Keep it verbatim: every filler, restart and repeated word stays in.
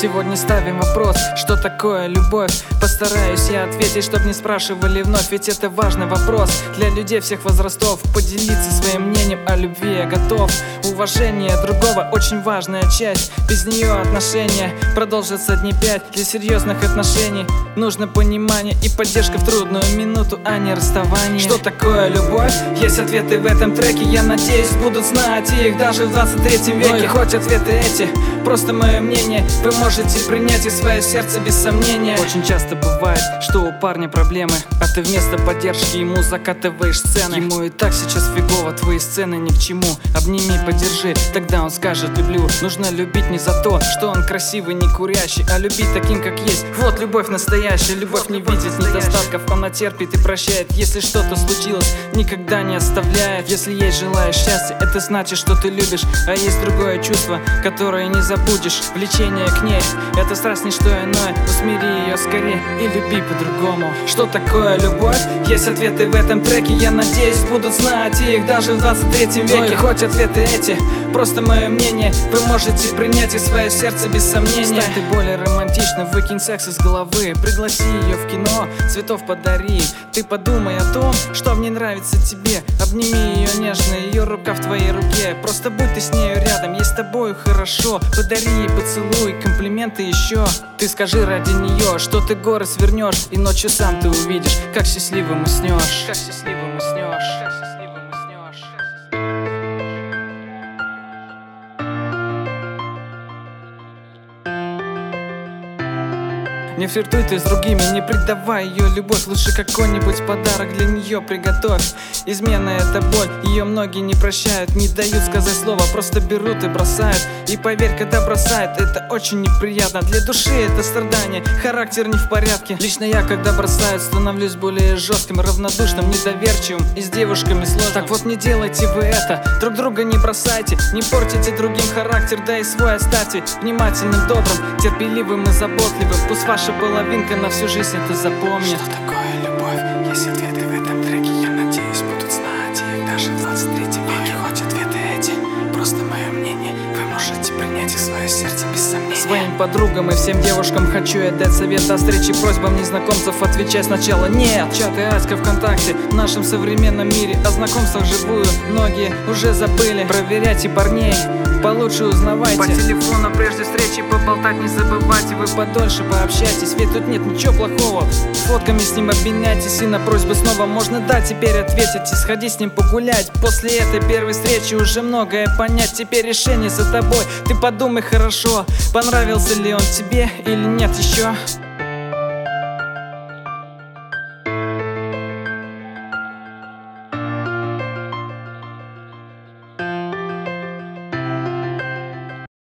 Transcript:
Сегодня ставим вопрос, что такое любовь. Постараюсь я ответить, чтоб не спрашивали вновь, ведь это важный вопрос для людей всех возрастов. Поделиться своим мнением о любви я готов. Уважение другого очень важная часть. Без нее отношения продолжатся дни пять. Для серьезных отношений нужно понимание и поддержка в трудную минуту, а не расставание. Что такое любовь? Есть ответы в этом треке. Я надеюсь, будут знать их даже в двадцать третьем веке. Но и хоть ответы эти просто мое мнение, вы можете принять и свое сердце без сомнения. Очень часто бывает, что у парня проблемы, а ты вместо поддержки ему закатываешь сцены. Ему и так сейчас фигово, твои сцены ни к чему. Обними, поддержи, тогда он скажет люблю. Нужно любить не за то, что он красивый, не курящий, а любить таким, как есть. Вот любовь настоящая, любовь не видит недостатков. Она терпит и прощает, если что-то случилось, никогда не оставляет. Если ей желаешь счастья, это значит, что ты любишь. А есть другое чувство, которое не забудешь. Влечение к ней, это страсть, не что иное. Усмири ее скорее и люби по-другому. Что такое любовь? Есть ответы в этом треке. Я надеюсь, будут знать их даже в двадцать третьем веке. Но и хоть ответы эти просто мое мнение, вы можете принять и свое сердце без сомнения. Стань ты более романтичным, выкинь секс из головы. Пригласи ее в кино, цветов подари. Ты подумай о том, что в ней нравится тебе. Обними ее нежно, ее рука в твоей руке. Просто будь ты с нею рядом, ей с тобою хорошо. Подари ей поцелуй, комплименты еще. Ты скажи ради нее, что ты горы свернешь, и ночью сам ты увидишь, как счастливым уснешь. Как счастливым уснешь. Как счастливым уснешь. Не флиртуй ты с другими, не предавай ее любовь. Лучше какой-нибудь подарок для нее приготовь. Измена — это боль, ее многие не прощают. Не дают сказать слово, просто берут и бросают. И поверь, когда бросают, это очень неприятно. Для души это страдание, характер не в порядке. Лично я, когда бросают, становлюсь более жестким, равнодушным, недоверчивым и с девушками сложным. Так вот не делайте вы это, друг друга не бросайте. Не портите другим характер, да и свой оставьте. Внимательным, добрым, терпеливым и заботливым. Пусть ваша половинка на всю жизнь это запомнит. Что такое любовь? Есть ответы в этом треке. Я надеюсь, будут знать их даже в двадцать третьем веке. Хоть ответы эти просто мое мнение, вы можете принять и свое сердце без сомнения. Своим подругам и всем девушкам хочу я дать совет о встрече, просьбам незнакомцев отвечать сначала нет. Чат и Аська ВКонтакте в нашем современном мире. О знакомствах живую многие уже забыли. Проверяйте парней, получше узнавайте. По телефону прежде встречи поболтать не забывайте. Вы подольше пообщайтесь, ведь тут нет ничего плохого. Фотками с ним обменяйтесь, и на просьбы снова можно да теперь ответить. И сходи с ним погулять. После этой первой встречи уже многое понять. Теперь решение за тобой, ты подумай хорошо, понравился ли он тебе или нет еще.